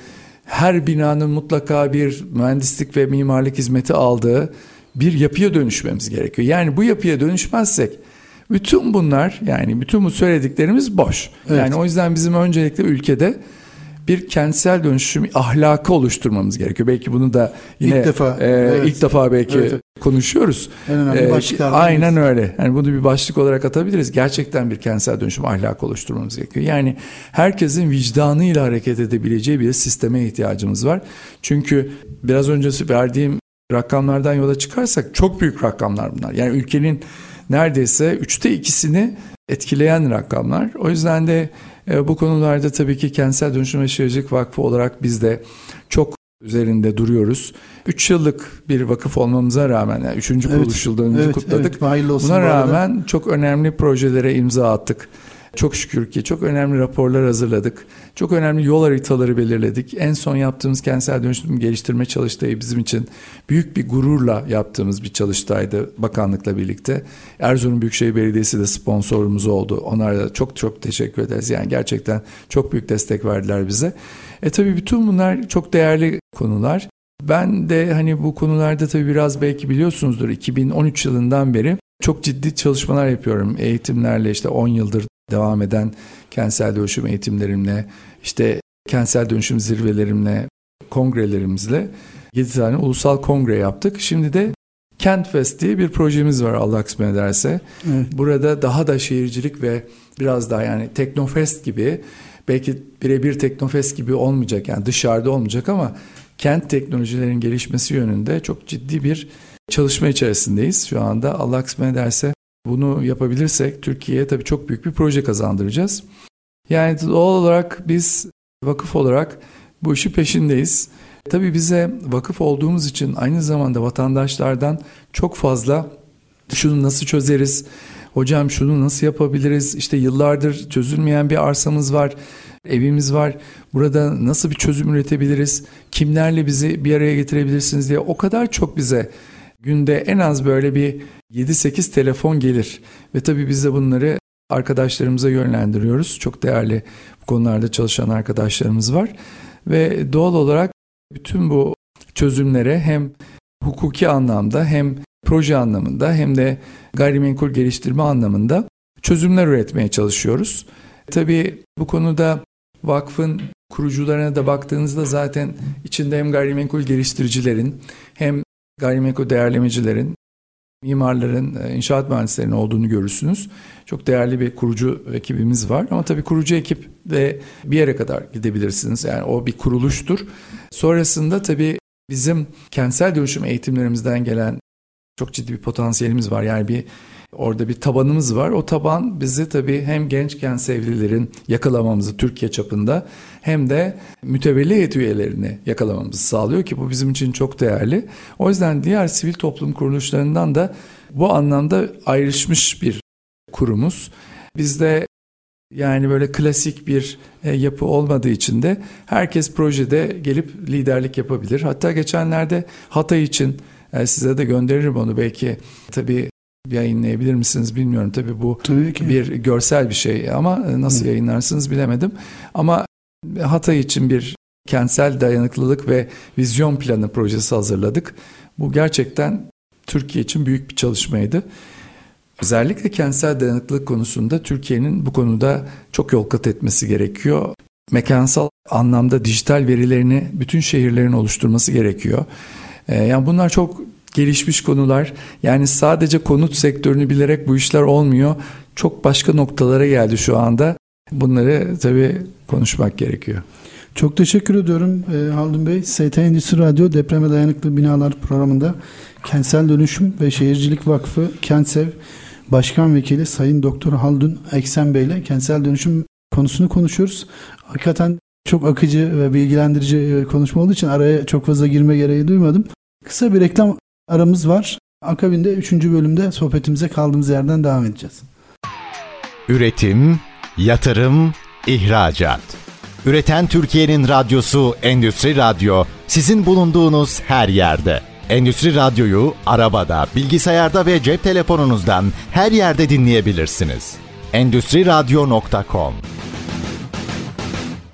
her binanın mutlaka bir mühendislik ve mimarlık hizmeti aldığı bir yapıya dönüşmemiz gerekiyor. Yani bu yapıya dönüşmezsek bütün bunlar, yani bütün bu söylediklerimiz boş. Evet. Yani o yüzden bizim öncelikle ülkede bir kentsel dönüşüm ahlakı oluşturmamız gerekiyor. Belki bunu da yine ilk defa, e, evet. ilk defa belki evet. konuşuyoruz. En önemli başlıklardan. E, aynen öyle. Yani bunu bir başlık olarak atabiliriz. Gerçekten bir kentsel dönüşüm ahlakı oluşturmamız gerekiyor. Yani herkesin vicdanıyla hareket edebileceği bir sisteme ihtiyacımız var. Çünkü biraz önce verdiğim rakamlardan yola çıkarsak çok büyük rakamlar bunlar. Yani ülkenin neredeyse üçte ikisini etkileyen rakamlar. O yüzden de e, bu konularda tabii ki Kentsel Dönüşüm ve Şehircilik Vakfı olarak biz de çok üzerinde duruyoruz. Üç yıllık bir vakıf olmamıza rağmen, yani üçüncü evet, kuruluş yıllarımızı evet, kutladık. Evet, buna rağmen çok önemli projelere imza attık. Çok şükür ki çok önemli raporlar hazırladık. Çok önemli yol haritaları belirledik. En son yaptığımız kentsel dönüşüm geliştirme çalıştayı bizim için büyük bir gururla yaptığımız bir çalıştaydı bakanlıkla birlikte. Erzurum Büyükşehir Belediyesi de sponsorumuz oldu. Onlara da çok çok teşekkür ederiz. Yani gerçekten çok büyük destek verdiler bize. E tabii bütün bunlar çok değerli konular. Ben de hani bu konularda tabii biraz belki biliyorsunuzdur, iki bin on üç yılından beri çok ciddi çalışmalar yapıyorum. Eğitimlerle, işte on yıldır devam eden kentsel dönüşüm eğitimlerimle, işte kentsel dönüşüm zirvelerimle, kongrelerimizle yedi tane ulusal kongre yaptık. Şimdi de Kentfest diye bir projemiz var Allah kısmet ederse. Evet. Burada daha da şehircilik ve biraz daha, yani Teknofest gibi, belki birebir Teknofest gibi olmayacak, yani dışarıda olmayacak ama kent teknolojilerin gelişmesi yönünde çok ciddi bir çalışma içerisindeyiz şu anda. Allah kısmet ederse bunu yapabilirsek Türkiye'ye tabii çok büyük bir proje kazandıracağız. Yani doğal olarak biz vakıf olarak bu işi peşindeyiz. Tabii bize vakıf olduğumuz için aynı zamanda vatandaşlardan çok fazla şunu nasıl çözeriz, hocam şunu nasıl yapabiliriz, işte yıllardır çözülmeyen bir arsamız var, evimiz var, burada nasıl bir çözüm üretebiliriz, kimlerle bizi bir araya getirebilirsiniz diye o kadar çok bize günde en az böyle bir yedi sekiz telefon gelir. Ve tabii biz de bunları arkadaşlarımıza yönlendiriyoruz. Çok değerli bu konularda çalışan arkadaşlarımız var. Ve doğal olarak bütün bu çözümlere hem hukuki anlamda, hem proje anlamında, hem de gayrimenkul geliştirme anlamında çözümler üretmeye çalışıyoruz. Tabii bu konuda vakfın kurucularına da baktığınızda zaten içinde hem gayrimenkul geliştiricilerin, hem gayrimenkul değerlemecilerin, mimarların, inşaat mühendislerinin olduğunu görürsünüz. Çok değerli bir kurucu ekibimiz var. Ama tabii kurucu ekip de bir yere kadar gidebilirsiniz. Yani o bir kuruluştur. Sonrasında tabii bizim kentsel dönüşüm eğitimlerimizden gelen çok ciddi bir potansiyelimiz var. Yani bir orada bir tabanımız var. O taban bizi tabii hem genç kentsevlilerin yakalamamızı Türkiye çapında, hem de mütevelli heyet üyelerini yakalamamızı sağlıyor ki bu bizim için çok değerli. O yüzden diğer sivil toplum kuruluşlarından da bu anlamda ayrışmış bir kurumuz. Bizde yani böyle klasik bir yapı olmadığı için de herkes projede gelip liderlik yapabilir. Hatta geçenlerde Hatay için size de gönderirim onu, belki tabii yayınlayabilir misiniz bilmiyorum. Tabii bu tabii bir görsel bir şey ama nasıl Hı. yayınlarsınız bilemedim. Ama Hatay için bir kentsel dayanıklılık ve vizyon planı projesi hazırladık. Bu gerçekten Türkiye için büyük bir çalışmaydı. Özellikle kentsel dayanıklılık konusunda Türkiye'nin bu konuda çok yol kat etmesi gerekiyor. Mekansal anlamda dijital verilerini bütün şehirlerin oluşturması gerekiyor. Yani bunlar çok gelişmiş konular. Yani sadece konut sektörünü bilerek bu işler olmuyor. Çok başka noktalara geldi şu anda. Bunları tabii konuşmak gerekiyor. Çok teşekkür ediyorum e, Haldun Bey. S T Endüstri Radyo Depreme Dayanıklı Binalar programında Kentsel Dönüşüm ve Şehircilik Vakfı Kentsev Başkan Vekili Sayın Doktor Haldun Eksen Bey ile kentsel dönüşüm konusunu konuşuyoruz. Hakikaten çok akıcı ve bilgilendirici konuşma olduğu için araya çok fazla girme gereği duymadım. Kısa bir reklam aramız var. Akabinde üçüncü bölümde sohbetimize kaldığımız yerden devam edeceğiz. Üretim, yatırım, ihracat. Üreten Türkiye'nin radyosu Endüstri Radyo, sizin bulunduğunuz her yerde. Endüstri Radyo'yu arabada, bilgisayarda ve cep telefonunuzdan her yerde dinleyebilirsiniz. endüstri radyo nokta com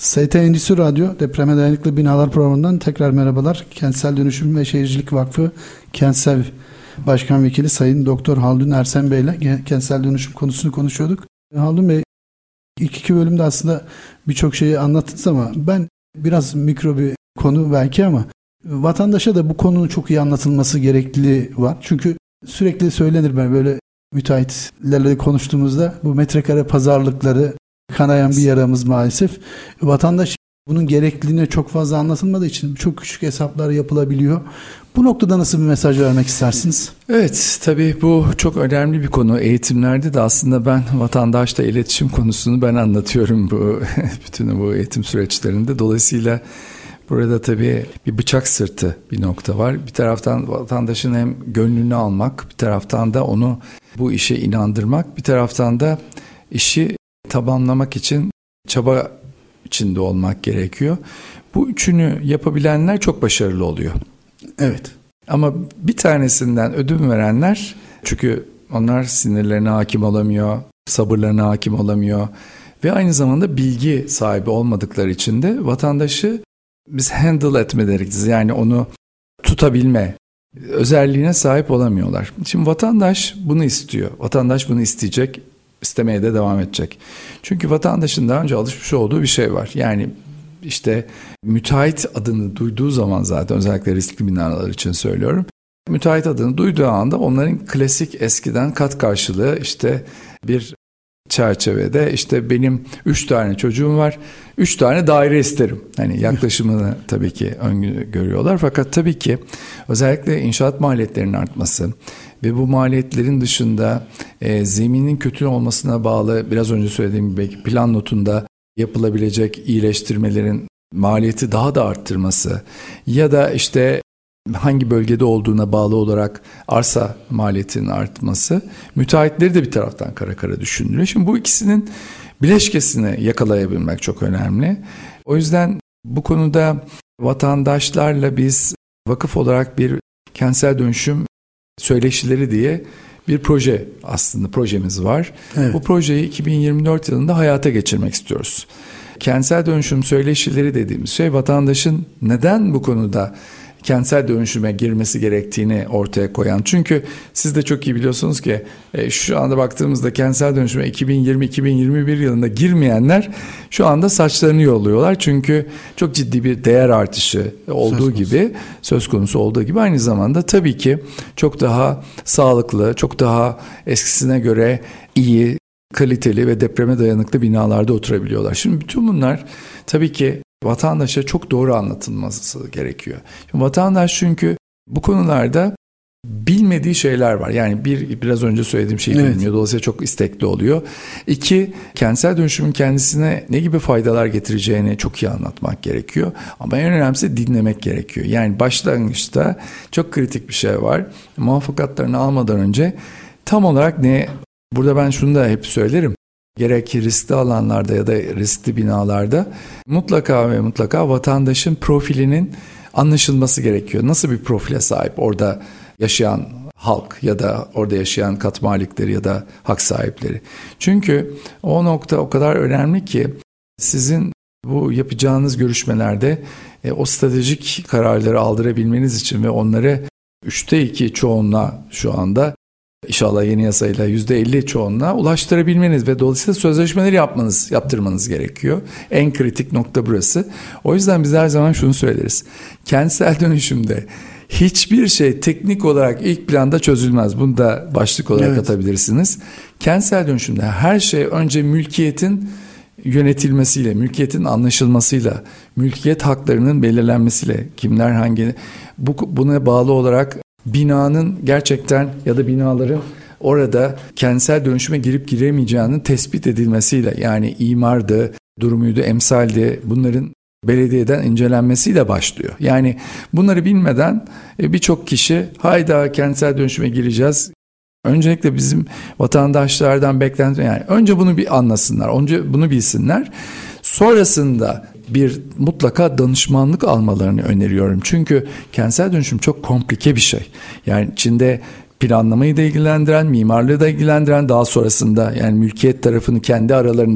S T Endüstri Radyo Depreme Dayanıklı Binalar programından tekrar merhabalar. Kentsel Dönüşüm ve Şehircilik Vakfı Kentsev Başkan Vekili Sayın Doktor Haldun Ersen Bey ile kentsel dönüşüm konusunu konuşuyorduk. Haldun Bey, ilk iki bölümde aslında birçok şeyi anlattınız ama ben biraz mikro bir konu belki ama vatandaşa da bu konunun çok iyi anlatılması gerekliliği var. Çünkü sürekli söylenir, ben böyle müteahhitlerle konuştuğumuzda bu metrekare pazarlıkları kanayan bir yaramız maalesef. Vatandaş bunun gerekliliğine çok fazla anlatılmadığı için çok küçük hesaplar yapılabiliyor. Bu noktada nasıl bir mesaj vermek istersiniz? Evet, tabii bu çok önemli bir konu. Eğitimlerde de aslında ben vatandaşla iletişim konusunu ben anlatıyorum bu bütün bu eğitim süreçlerinde. Dolayısıyla burada tabii bir bıçak sırtı bir nokta var. Bir taraftan vatandaşın hem gönlünü almak, bir taraftan da onu bu işe inandırmak, bir taraftan da işi tamamlamak için çaba içinde olmak gerekiyor. Bu üçünü yapabilenler çok başarılı oluyor. Evet. Ama bir tanesinden ödün verenler, çünkü onlar sinirlerine hakim olamıyor, sabırlarına hakim olamıyor ve aynı zamanda bilgi sahibi olmadıkları için de vatandaşı biz handle etme deriz. Yani onu tutabilme özelliğine sahip olamıyorlar. Şimdi vatandaş bunu istiyor. Vatandaş bunu isteyecek, istemeye de devam edecek. Çünkü vatandaşın daha önce alışmış olduğu bir şey var. Yani işte müteahhit adını duyduğu zaman, zaten özellikle riskli binalar için söylüyorum. Müteahhit adını duyduğu anda onların klasik eskiden kat karşılığı işte bir çerçevede işte benim üç tane çocuğum var, üç tane daire isterim. Hani yaklaşımını tabii ki öngörüyorlar. Fakat tabii ki özellikle inşaat maliyetlerinin artması ve bu maliyetlerin dışında e, zeminin kötü olmasına bağlı, biraz önce söylediğim gibi plan notunda yapılabilecek iyileştirmelerin maliyeti daha da arttırması ya da işte hangi bölgede olduğuna bağlı olarak arsa maliyetinin artması müteahhitleri de bir taraftan kara kara düşündürüyor. Şimdi bu ikisinin bileşkesini yakalayabilmek çok önemli. O yüzden bu konuda vatandaşlarla biz vakıf olarak bir kentsel dönüşüm söyleşileri diye bir proje, aslında projemiz var. Evet. Bu projeyi iki bin yirmi dört yılında hayata geçirmek istiyoruz. Kentsel dönüşüm söyleşileri dediğimiz şey vatandaşın neden bu konuda kentsel dönüşüme girmesi gerektiğini ortaya koyan. Çünkü siz de çok iyi biliyorsunuz ki e, şu anda baktığımızda kentsel dönüşüme iki bin yirmi iki bin yirmi bir yılında girmeyenler şu anda saçlarını yolluyorlar. Çünkü çok ciddi bir değer artışı olduğu söz gibi, söz konusu olduğu gibi aynı zamanda tabii ki çok daha sağlıklı, çok daha eskisine göre iyi, kaliteli ve depreme dayanıklı binalarda oturabiliyorlar. Şimdi bütün bunlar tabii ki vatandaşa çok doğru anlatılması gerekiyor. Şimdi vatandaş çünkü bu konularda bilmediği şeyler var. Yani bir, biraz önce söylediğim şeyi evet. bilmiyor. Dolayısıyla çok istekli oluyor. İki, kentsel dönüşümün kendisine ne gibi faydalar getireceğini çok iyi anlatmak gerekiyor. Ama en önemlisi dinlemek gerekiyor. Yani başlangıçta çok kritik bir şey var. Muvaffakatlarını almadan önce tam olarak ne? Burada ben şunu da hep söylerim. Gerek riskli alanlarda ya da riskli binalarda mutlaka ve mutlaka vatandaşın profilinin anlaşılması gerekiyor. Nasıl bir profile sahip orada yaşayan halk ya da orada yaşayan kat malikleri ya da hak sahipleri. Çünkü o nokta o kadar önemli ki sizin bu yapacağınız görüşmelerde e, o stratejik kararları aldırabilmeniz için ve onları üçte iki çoğunluğa şu anda İnşallah yeni yasayla yüzde elli çoğunluğa ulaştırabilmeniz ve dolayısıyla sözleşmeleri yapmanız, yaptırmanız gerekiyor. En kritik nokta burası. O yüzden biz her zaman şunu söyleriz. Kentsel dönüşümde hiçbir şey teknik olarak ilk planda çözülmez. Bunu da başlık olarak evet. atabilirsiniz. Kentsel dönüşümde her şey önce mülkiyetin yönetilmesiyle, mülkiyetin anlaşılmasıyla, mülkiyet haklarının belirlenmesiyle, kimler hangi, bu, buna bağlı olarak binanın gerçekten ya da binaların orada kentsel dönüşüme girip giremeyeceğinin tespit edilmesiyle, yani imardı, durumuydu, emsaldi, bunların belediyeden incelenmesiyle başlıyor. Yani bunları bilmeden birçok kişi hayda kentsel dönüşüme gireceğiz. Öncelikle bizim vatandaşlardan beklenti, yani önce bunu bir anlasınlar, önce bunu bilsinler. Sonrasında bir mutlaka danışmanlık almalarını öneriyorum. Çünkü kentsel dönüşüm çok komplike bir şey. Yani içinde planlamayı da ilgilendiren, mimarlığı da ilgilendiren, daha sonrasında yani mülkiyet tarafını kendi aralarında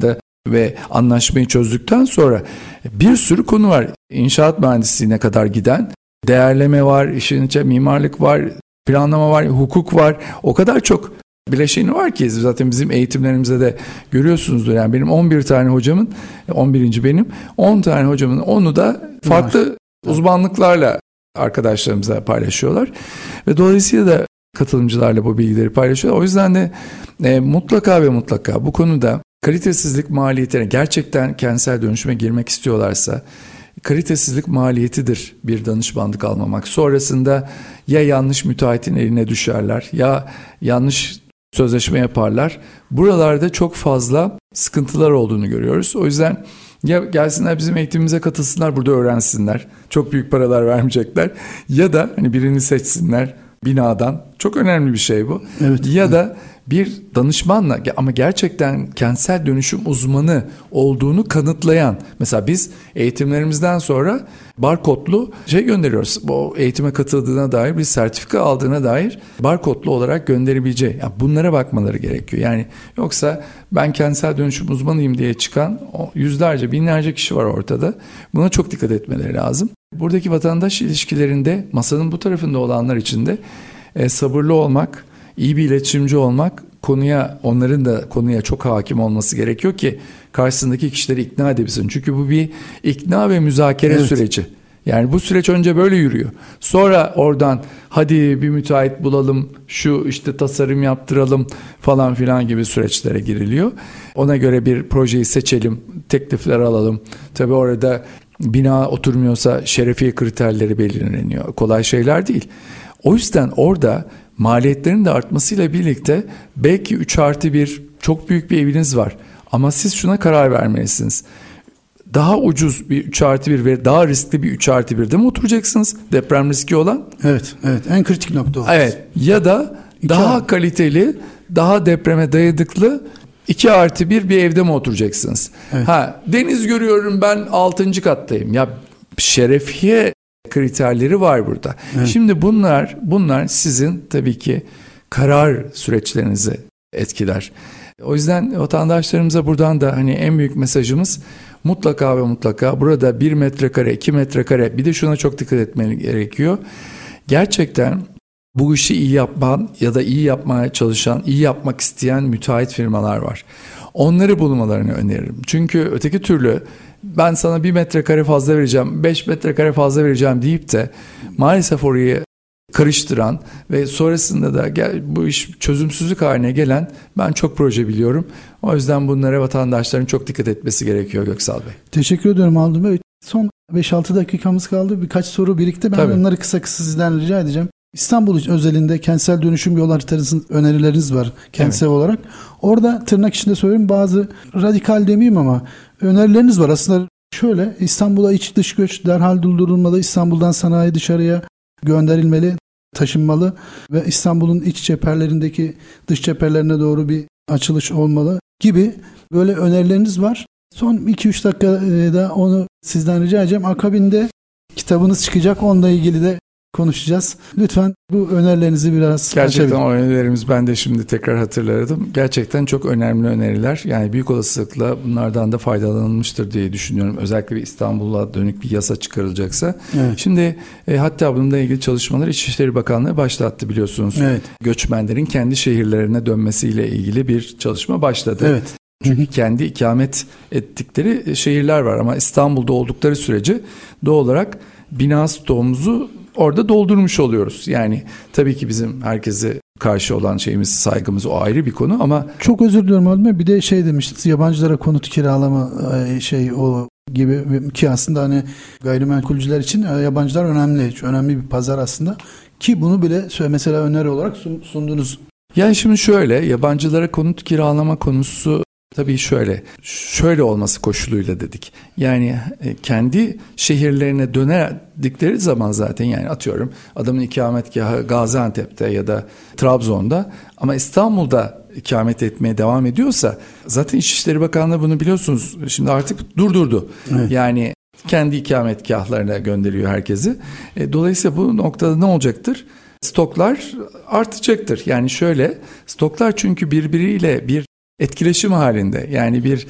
ve anlaşmayı çözdükten sonra bir sürü konu var. İnşaat mühendisliğine kadar giden değerleme var, işin içinde mimarlık var, planlama var, hukuk var. O kadar çok bileşeni var ki zaten bizim eğitimlerimizde de görüyorsunuzdur. Yani benim on bir tane hocamın, on birinci benim, on tane hocamın onu da farklı uzmanlıklarla arkadaşlarımızla paylaşıyorlar. Ve dolayısıyla da katılımcılarla bu bilgileri paylaşıyorlar. O yüzden de e, mutlaka ve mutlaka bu konuda kalitesizlik maliyetine gerçekten kentsel dönüşüme girmek istiyorlarsa kalitesizlik maliyetidir bir danışmanlık almamak. Sonrasında ya yanlış müteahhitin eline düşerler ya yanlış sözleşme yaparlar. Buralarda çok fazla sıkıntılar olduğunu görüyoruz. O yüzden ya gelsinler bizim eğitimimize katılsınlar, burada öğrensinler. Çok büyük paralar vermeyecekler. Ya da hani birini seçsinler binadan. Çok önemli bir şey bu. Evet. Ya da bir danışmanla ama gerçekten kentsel dönüşüm uzmanı olduğunu kanıtlayan. Mesela biz eğitimlerimizden sonra barkodlu şey gönderiyoruz. Bu eğitime katıldığına dair bir sertifika aldığına dair barkodlu olarak gönderebileceği. Yani bunlara bakmaları gerekiyor. Yani yoksa ben kentsel dönüşüm uzmanıyım diye çıkan yüzlerce, binlerce kişi var ortada. Buna çok dikkat etmeleri lazım. Buradaki vatandaş ilişkilerinde masanın bu tarafında olanlar için de e, sabırlı olmak, iyi bir iletişimci olmak, konuya onların da konuya çok hakim olması gerekiyor ki karşısındaki kişileri ikna edebilsin. Çünkü bu bir ikna ve müzakere evet. süreci. Yani bu süreç önce böyle yürüyor. Sonra oradan hadi bir müteahhit bulalım, şu işte tasarım yaptıralım falan filan gibi süreçlere giriliyor. Ona göre bir projeyi seçelim, teklifler alalım. Tabii orada bina oturmuyorsa şerefiye kriterleri belirleniyor. Kolay şeyler değil. O yüzden orada maliyetlerin de artmasıyla birlikte belki üç artı bir çok büyük bir eviniz var. Ama siz şuna karar vermelisiniz. Daha ucuz bir üç artı bir ve daha riskli bir üç artı birde mi oturacaksınız? Deprem riski olan. Evet, evet. En kritik nokta o. Evet. Ya da İki daha artı. kaliteli, daha depreme dayanıklı iki artı bir bir evde mi oturacaksınız? Evet. Ha, deniz görüyorum ben altıncı kattayım. Ya şerefiye kriterleri var burada. Evet. Şimdi bunlar bunlar sizin tabii ki karar süreçlerinizi etkiler. O yüzden vatandaşlarımıza buradan da hani en büyük mesajımız mutlaka ve mutlaka burada bir metrekare, iki metrekare, bir de şuna çok dikkat etmeli gerekiyor. Gerçekten bu işi iyi yapan ya da iyi yapmaya çalışan, iyi yapmak isteyen müteahhit firmalar var. Onları bulmalarını öneririm. Çünkü öteki türlü ben sana bir metrekare fazla vereceğim, beş metrekare fazla vereceğim deyip de maalesef orayı karıştıran ve sonrasında da gel, bu iş çözümsüzlük haline gelen ben çok proje biliyorum. O yüzden bunlara vatandaşların çok dikkat etmesi gerekiyor Göksal Bey. Teşekkür ediyorum Haldun Bey. Son beş altı dakikamız kaldı. Birkaç soru birikti. Ben Tabii. onları kısa kısa sizden rica edeceğim. İstanbul özelinde kentsel dönüşüm yol haritası önerileriniz var kentsel evet. olarak. Orada tırnak içinde söyleyeyim bazı radikal demeyeyim ama önerileriniz var. Aslında şöyle İstanbul'a iç dış göç derhal durdurulmalı. İstanbul'dan sanayi dışarıya gönderilmeli, taşınmalı ve İstanbul'un iç cephelerindeki dış cephelerine doğru bir açılış olmalı gibi böyle önerileriniz var. Son iki üç dakikada onu sizden rica edeceğim. Akabinde kitabınız çıkacak. Onunla ilgili de konuşacağız. Lütfen bu önerilerinizi biraz Gerçekten açabilirim. O önerilerimiz ben de şimdi tekrar hatırladım. Gerçekten çok önemli öneriler. Yani büyük olasılıkla bunlardan da faydalanılmıştır diye düşünüyorum. Özellikle bir İstanbul'a dönük bir yasa çıkarılacaksa. Evet. Şimdi e, hatta bununla ilgili çalışmaları İçişleri Bakanlığı başlattı biliyorsunuz. Evet. Göçmenlerin kendi şehirlerine dönmesiyle ilgili bir çalışma başladı. Evet. Çünkü kendi ikamet ettikleri şehirler var ama İstanbul'da oldukları sürece doğal olarak bina stoğumuzu orada doldurmuş oluyoruz. Yani tabii ki bizim herkese karşı olan şeyimiz, saygımız o ayrı bir konu ama... Çok özür diliyorum Haldun. Bir de şey demiştiniz, yabancılara konut kiralama şey o gibi ki aslında hani gayrimenkulcüler için yabancılar önemli. Önemli bir pazar aslında. Ki bunu bile mesela öneri olarak sundunuz. Yani şimdi şöyle, yabancılara konut kiralama konusu tabii şöyle, şöyle olması koşuluyla dedik. Yani kendi şehirlerine dönerdikleri zaman zaten yani atıyorum adamın ikametgahı Gaziantep'te ya da Trabzon'da ama İstanbul'da ikamet etmeye devam ediyorsa zaten İçişleri Bakanlığı bunu biliyorsunuz şimdi artık durdurdu. Evet. Yani kendi ikametgahlarına gönderiyor herkesi. Dolayısıyla bu noktada ne olacaktır? Stoklar artacaktır. Yani şöyle stoklar çünkü birbiriyle bir etkileşim halinde yani bir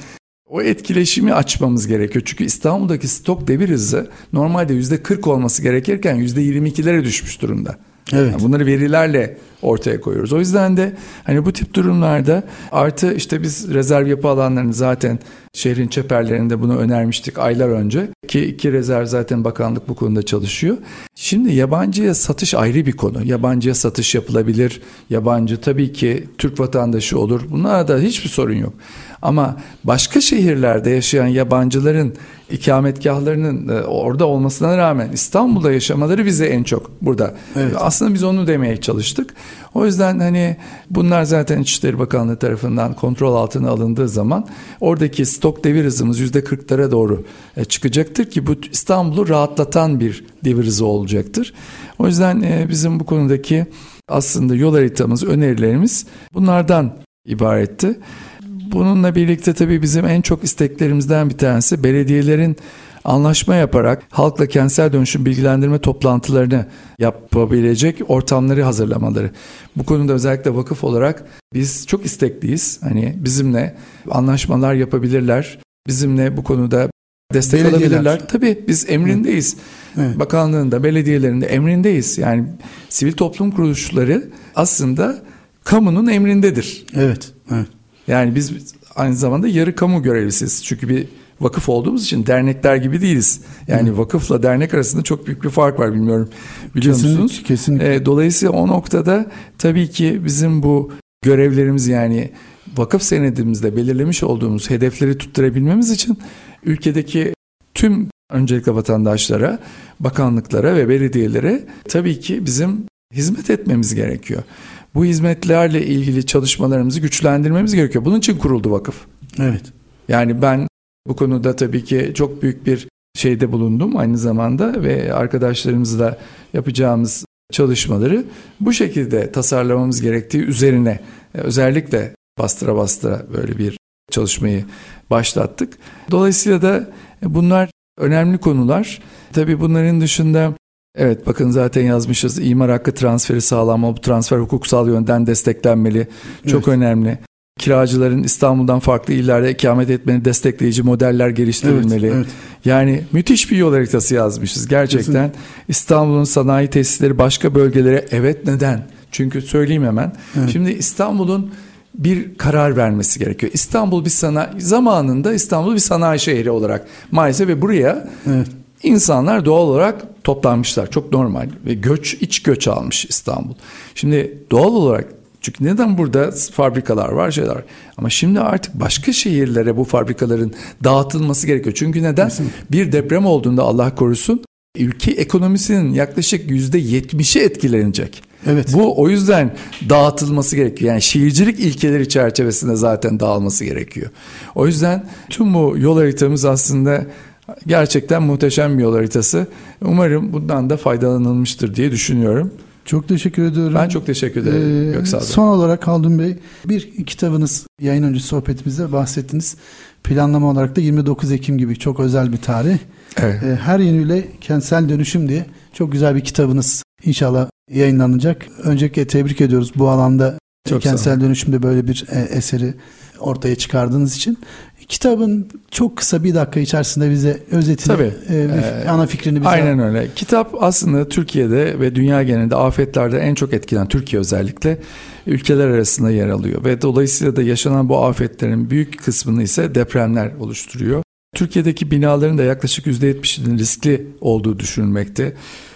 o etkileşimi açmamız gerekiyor. Çünkü İstanbul'daki stok devir hızı normalde yüzde kırk olması gerekirken yüzde yirmi ikilere düşmüş durumda. Evet. Yani bunları verilerle ortaya koyuyoruz. O yüzden de hani bu tip durumlarda artı işte biz rezerv yapı alanlarını zaten şehrin çeperlerinde bunu önermiştik aylar önce ki iki rezerv zaten bakanlık bu konuda çalışıyor. Şimdi yabancıya satış ayrı bir konu. Yabancıya satış yapılabilir. Yabancı tabii ki Türk vatandaşı olur. Bunlara da hiçbir sorun yok. Ama başka şehirlerde yaşayan yabancıların ikametgahlarının orada olmasına rağmen İstanbul'da yaşamaları bize en çok burada. Evet. Aslında biz onu demeye çalıştık. O yüzden hani bunlar zaten İçişleri Bakanlığı tarafından kontrol altına alındığı zaman oradaki stok devir hızımız yüzde kırklara doğru çıkacaktır ki bu İstanbul'u rahatlatan bir devir hızı olacaktır. O yüzden bizim bu konudaki aslında yol haritamız, önerilerimiz bunlardan ibaretti. Bununla birlikte tabii bizim en çok isteklerimizden bir tanesi belediyelerin anlaşma yaparak halkla kentsel dönüşüm bilgilendirme toplantılarını yapabilecek ortamları hazırlamaları. Bu konuda özellikle vakıf olarak biz çok istekliyiz. Hani bizimle anlaşmalar yapabilirler. Bizimle bu konuda destek alabilirler. Tabii biz emrindeyiz. Evet. Bakanlığında, belediyelerinde emrindeyiz. Yani sivil toplum kuruluşları aslında kamunun emrindedir. Evet, evet. Yani biz aynı zamanda yarı kamu görevlisiyiz. Çünkü bir vakıf olduğumuz için dernekler gibi değiliz. Yani Hı. vakıfla dernek arasında çok büyük bir fark var, bilmiyorum. Biliyor kesinlikle, musunuz? Kesinlikle. E, dolayısıyla o noktada tabii ki bizim bu görevlerimiz, yani vakıf senedimizde belirlemiş olduğumuz hedefleri tutturabilmemiz için ülkedeki tüm öncelikle vatandaşlara, bakanlıklara ve belediyelere tabii ki bizim hizmet etmemiz gerekiyor. Bu hizmetlerle ilgili çalışmalarımızı güçlendirmemiz gerekiyor. Bunun için kuruldu vakıf. Evet. Yani ben bu konuda tabii ki çok büyük bir şeyde bulundum aynı zamanda ve arkadaşlarımızla yapacağımız çalışmaları bu şekilde tasarlamamız gerektiği üzerine özellikle bastıra bastıra böyle bir çalışmayı başlattık. Dolayısıyla da bunlar önemli konular. Tabii bunların dışında evet, bakın zaten yazmışız, imar hakkı transferi sağlanmalı. Bu transfer hukuksal yönden desteklenmeli. Çok evet. önemli. Kiracıların İstanbul'dan farklı illerde ikamet etmeni destekleyici modeller geliştirilmeli. Evet, evet. Yani müthiş bir yol haritası yazmışız. Gerçekten Kesin. İstanbul'un sanayi tesisleri başka bölgelere, evet, neden? Çünkü söyleyeyim hemen. Evet. Şimdi İstanbul'un bir karar vermesi gerekiyor. İstanbul bir sanayi, zamanında İstanbul bir sanayi şehri olarak maalesef ve buraya evet. İnsanlar doğal olarak toplanmışlar. Çok normal ve göç, iç göç almış İstanbul. Şimdi doğal olarak, çünkü neden burada fabrikalar var, şeyler var. Ama şimdi artık başka şehirlere bu fabrikaların dağıtılması gerekiyor. Çünkü neden? Kesinlikle. Bir deprem olduğunda Allah korusun ülke ekonomisinin yaklaşık yüzde yetmişi etkilenecek. Evet. Bu o yüzden dağıtılması gerekiyor. Yani şehircilik ilkeleri çerçevesinde zaten dağılması gerekiyor. O yüzden tüm bu yol haritamız aslında gerçekten muhteşem bir yol haritası. Umarım bundan da faydalanılmıştır diye düşünüyorum. Çok teşekkür ediyorum. Ben çok teşekkür ederim ee, Göksal Bey. Son olarak Haldun Bey, bir kitabınız, yayın öncesi sohbetimizde bahsettiniz. Planlama olarak da yirmi dokuz Ekim gibi çok özel bir tarih. Evet. Ee, her yönüyle kentsel dönüşüm diye çok güzel bir kitabınız inşallah yayınlanacak. Öncelikle tebrik ediyoruz bu alanda çok kentsel dönüşümde böyle bir e, eseri ortaya çıkardığınız için. Kitabın çok kısa bir dakika içerisinde bize özetini, Tabii, e, e, ana fikrini bize... Aynen öyle. Kitap aslında Türkiye'de ve dünya genelinde afetlerde en çok etkilenen, Türkiye özellikle, ülkeler arasında yer alıyor. Ve dolayısıyla da yaşanan bu afetlerin büyük kısmını ise depremler oluşturuyor. Türkiye'deki binaların da yaklaşık yüzde yetmişinin riskli olduğu düşünülmekte.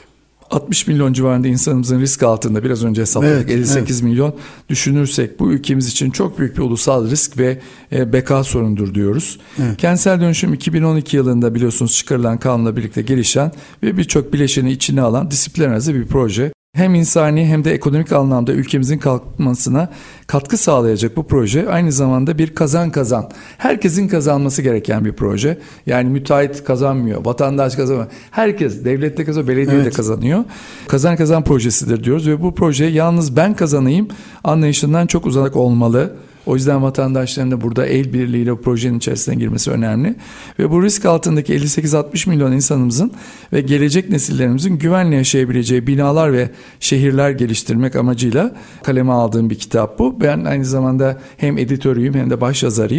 altmış milyon civarında insanımızın risk altında, biraz önce hesapladık, evet, elli sekiz evet. milyon düşünürsek bu ülkemiz için çok büyük bir ulusal risk ve e, beka sorunudur diyoruz. Evet. Kentsel dönüşüm iki bin on iki yılında biliyorsunuz çıkarılan kanunla birlikte gelişen ve birçok bileşeni içine alan disiplin arası bir proje. Hem insani hem de ekonomik anlamda ülkemizin kalkınmasına katkı sağlayacak bu proje aynı zamanda bir kazan kazan. Herkesin kazanması gereken bir proje. Yani müteahhit kazanmıyor, vatandaş kazanmıyor. Herkes, devlet de kazanıyor, belediye evet. de kazanıyor. Kazan kazan projesidir diyoruz ve bu proje yalnız ben kazanayım anlayışından çok uzak olmalı. O yüzden vatandaşların da burada el birliğiyle bu projenin içerisine girmesi önemli. Ve bu risk altındaki elli sekiz altmış milyon insanımızın ve gelecek nesillerimizin güvenle yaşayabileceği binalar ve şehirler geliştirmek amacıyla kaleme aldığım bir kitap bu. Ben aynı zamanda hem editörüyüm hem de başyazarıyım.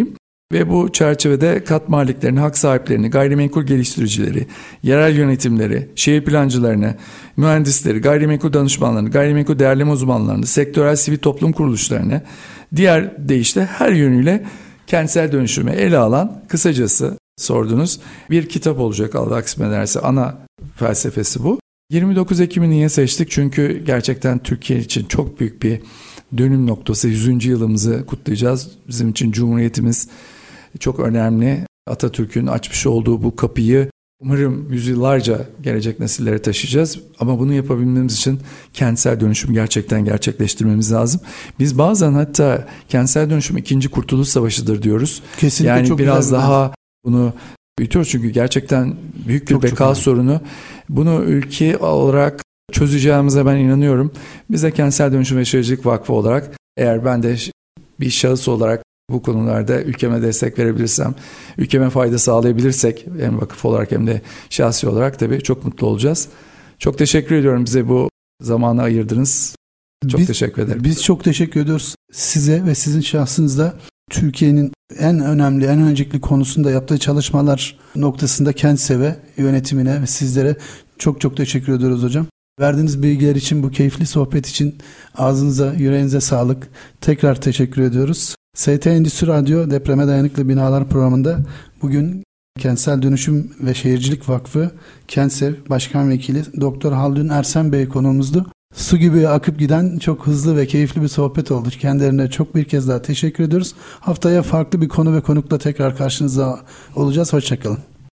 Ve bu çerçevede kat maliklerini, hak sahiplerini, gayrimenkul geliştiricileri, yerel yönetimleri, şehir plancılarını, mühendisleri, gayrimenkul danışmanlarını, gayrimenkul değerleme uzmanlarını, sektörel sivil toplum kuruluşlarını, diğer deyişle her yönüyle kentsel dönüşümü ele alan, kısacası sordunuz, bir kitap olacak Allah kısmet ederse. Ana felsefesi bu. yirmi dokuz Ekim'i niye seçtik? Çünkü gerçekten Türkiye için çok büyük bir dönüm noktası. yüzüncü yılımızı kutlayacağız. Bizim için Cumhuriyetimiz çok önemli. Atatürk'ün açmış olduğu bu kapıyı umarım yüzyıllarca gelecek nesillere taşıyacağız. Ama bunu yapabilmemiz için kentsel dönüşüm gerçekten gerçekleştirmemiz lazım. Biz bazen hatta kentsel dönüşüm ikinci Kurtuluş Savaşı'dır diyoruz. Kesinlikle yani çok biraz güzel daha bunu büyütüyoruz çünkü gerçekten büyük bir çok, beka çok sorunu. Bunu ülke olarak çözeceğimize ben inanıyorum. Biz de Kentsel Dönüşüm ve Şehircilik Vakfı olarak, eğer ben de bir şahıs olarak bu konularda ülkeme destek verebilirsem, ülkeme fayda sağlayabilirsek hem vakıf olarak hem de şahsi olarak tabii çok mutlu olacağız. Çok teşekkür ediyorum, bize bu zamanı ayırdınız. Çok biz, teşekkür ederim. Biz çok teşekkür ediyoruz size ve sizin şahsınızda Türkiye'nin en önemli, en öncelikli konusunda yaptığı çalışmalar noktasında KentSev'e, yönetimine ve sizlere çok çok teşekkür ediyoruz hocam. Verdiğiniz bilgiler için, bu keyifli sohbet için ağzınıza, yüreğinize sağlık. Tekrar teşekkür ediyoruz. S T Endüstri Radyo Depreme Dayanıklı Binalar programında bugün Kentsel Dönüşüm ve Şehircilik Vakfı KentSev Başkan Vekili Doktor Haldun Ersen Bey konuğumuzdu. Su gibi akıp giden çok hızlı ve keyifli bir sohbet oldu. Kendilerine çok bir kez daha teşekkür ediyoruz. Haftaya farklı bir konu ve konukla tekrar karşınızda olacağız. Hoşçakalın.